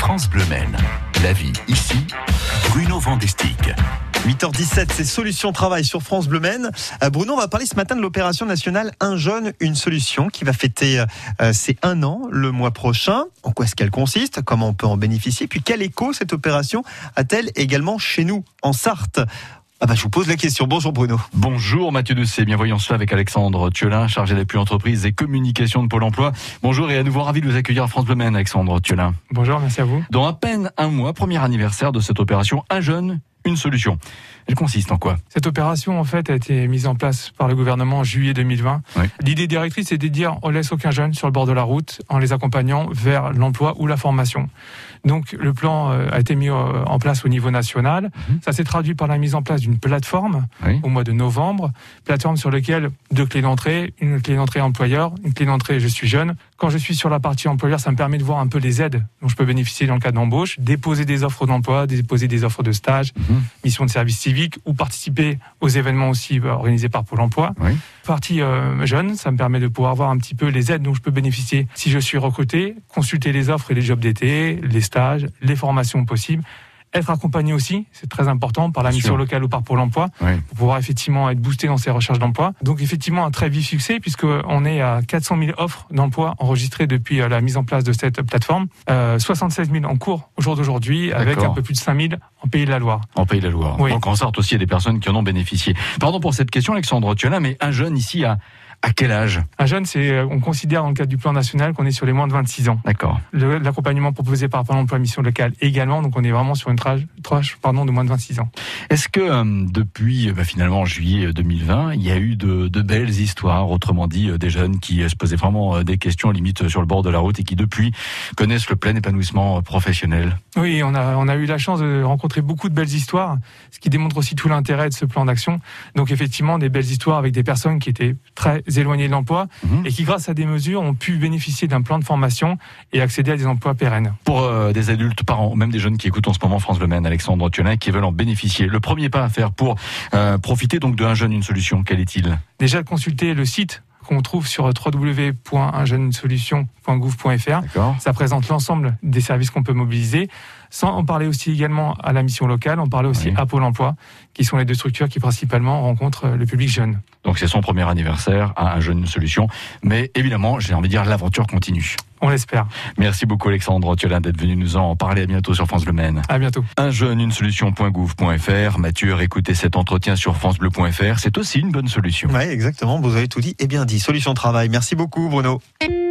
France Bleu Maine. La vie ici, Bruno Vandestick. 8h17, c'est Solutions Travail sur France Bleu Maine. Bruno, on va parler ce matin de l'opération nationale Un jeune, une solution qui va fêter ses 1 an le mois prochain. En quoi est-ce qu'elle consiste? Comment on peut en bénéficier? Puis quel écho cette opération a-t-elle également chez nous, en Sarthe? Je vous pose la question. Bonjour Bruno. Bonjour Mathieu Doucet, bienvoyons cela avec Alexandre Thiolin, chargé d'appui entreprise et communication de Pôle emploi. Bonjour et à nouveau ravi de vous accueillir à France Bleu Maine, Alexandre Thiolin. Bonjour, merci à vous. Dans à peine 1 mois, premier anniversaire de cette opération Un jeune, une solution. Elle consiste en quoi? Cette opération, en fait, a été mise en place par le gouvernement en juillet 2020. Oui. L'idée directrice, c'est de dire on laisse aucun jeune sur le bord de la route en les accompagnant vers l'emploi ou la formation. Donc, le plan a été mis en place au niveau national. Ça s'est traduit par la mise en place d'une plateforme au mois de novembre. Plateforme sur laquelle 2 clés d'entrée, une clé d'entrée employeur, une clé d'entrée je suis jeune. Quand je suis sur la partie employeur, ça me permet de voir un peu les aides dont je peux bénéficier dans le cadre d'embauche, déposer des offres d'emploi, déposer des offres de stage, mission de service civique ou participer aux événements aussi organisés par Pôle emploi. Oui. Partie jeune, ça me permet de pouvoir voir un petit peu les aides dont je peux bénéficier si je suis recruté, consulter les offres et les jobs d'été, les stages, les formations possibles. Être accompagné aussi, c'est très important, par la mission locale ou par Pôle emploi, pour pouvoir effectivement être boosté dans ses recherches d'emploi. Donc effectivement, un très vif succès, puisqu'on est à 400 000 offres d'emploi enregistrées depuis la mise en place de cette plateforme. 76 000 en cours au jour d'aujourd'hui, avec un peu plus de 5 000 en Pays de la Loire. En Pays de la Loire. Oui. Donc en sorte aussi, il y a des personnes qui en ont bénéficié. Pardon pour cette question, Alexandre Thiolin, mais un jeune ici à quel âge? Un jeune, on considère dans le cadre du plan national qu'on est sur les moins de 26 ans. D'accord. L'accompagnement proposé par Pôle emploi mission locale également, donc on est vraiment sur une tranche de moins de 26 ans. Est-ce que depuis finalement juillet 2020, il y a eu de belles histoires, autrement dit des jeunes qui se posaient vraiment des questions limite sur le bord de la route et qui depuis connaissent le plein épanouissement professionnel? Oui, on a eu la chance de rencontrer beaucoup de belles histoires, ce qui démontre aussi tout l'intérêt de ce plan d'action. Donc effectivement, des belles histoires avec des personnes qui étaient très éloignés de l'emploi et qui, grâce à des mesures, ont pu bénéficier d'un plan de formation et accéder à des emplois pérennes. Pour des adultes, parents, même des jeunes qui écoutent en ce moment France Bleu Maine, Alexandre Thiolin, qui veulent en bénéficier, le premier pas à faire pour profiter donc de Un jeune, une solution, quel est-il? Déjà, consulter le site qu'on trouve sur www.unjeunesolution.gouv.fr. Ça présente l'ensemble des services qu'on peut mobiliser. Sans en parler aussi également à la mission locale, on parlait aussi à Pôle emploi, qui sont les 2 structures qui principalement rencontrent le public jeune. Donc c'est son premier anniversaire à Un jeune, une solution. Mais évidemment, j'ai envie de dire, l'aventure continue. On l'espère. Merci beaucoup Alexandre Thiolin d'être venu nous en parler. À bientôt sur France Bleu Maine. À bientôt. Un jeune, une solution.gouv.fr. Mathieu, écoutez cet entretien sur francebleu.fr. C'est aussi une bonne solution. Oui, exactement. Vous avez tout dit et bien dit. Solutions Travail. Merci beaucoup Bruno.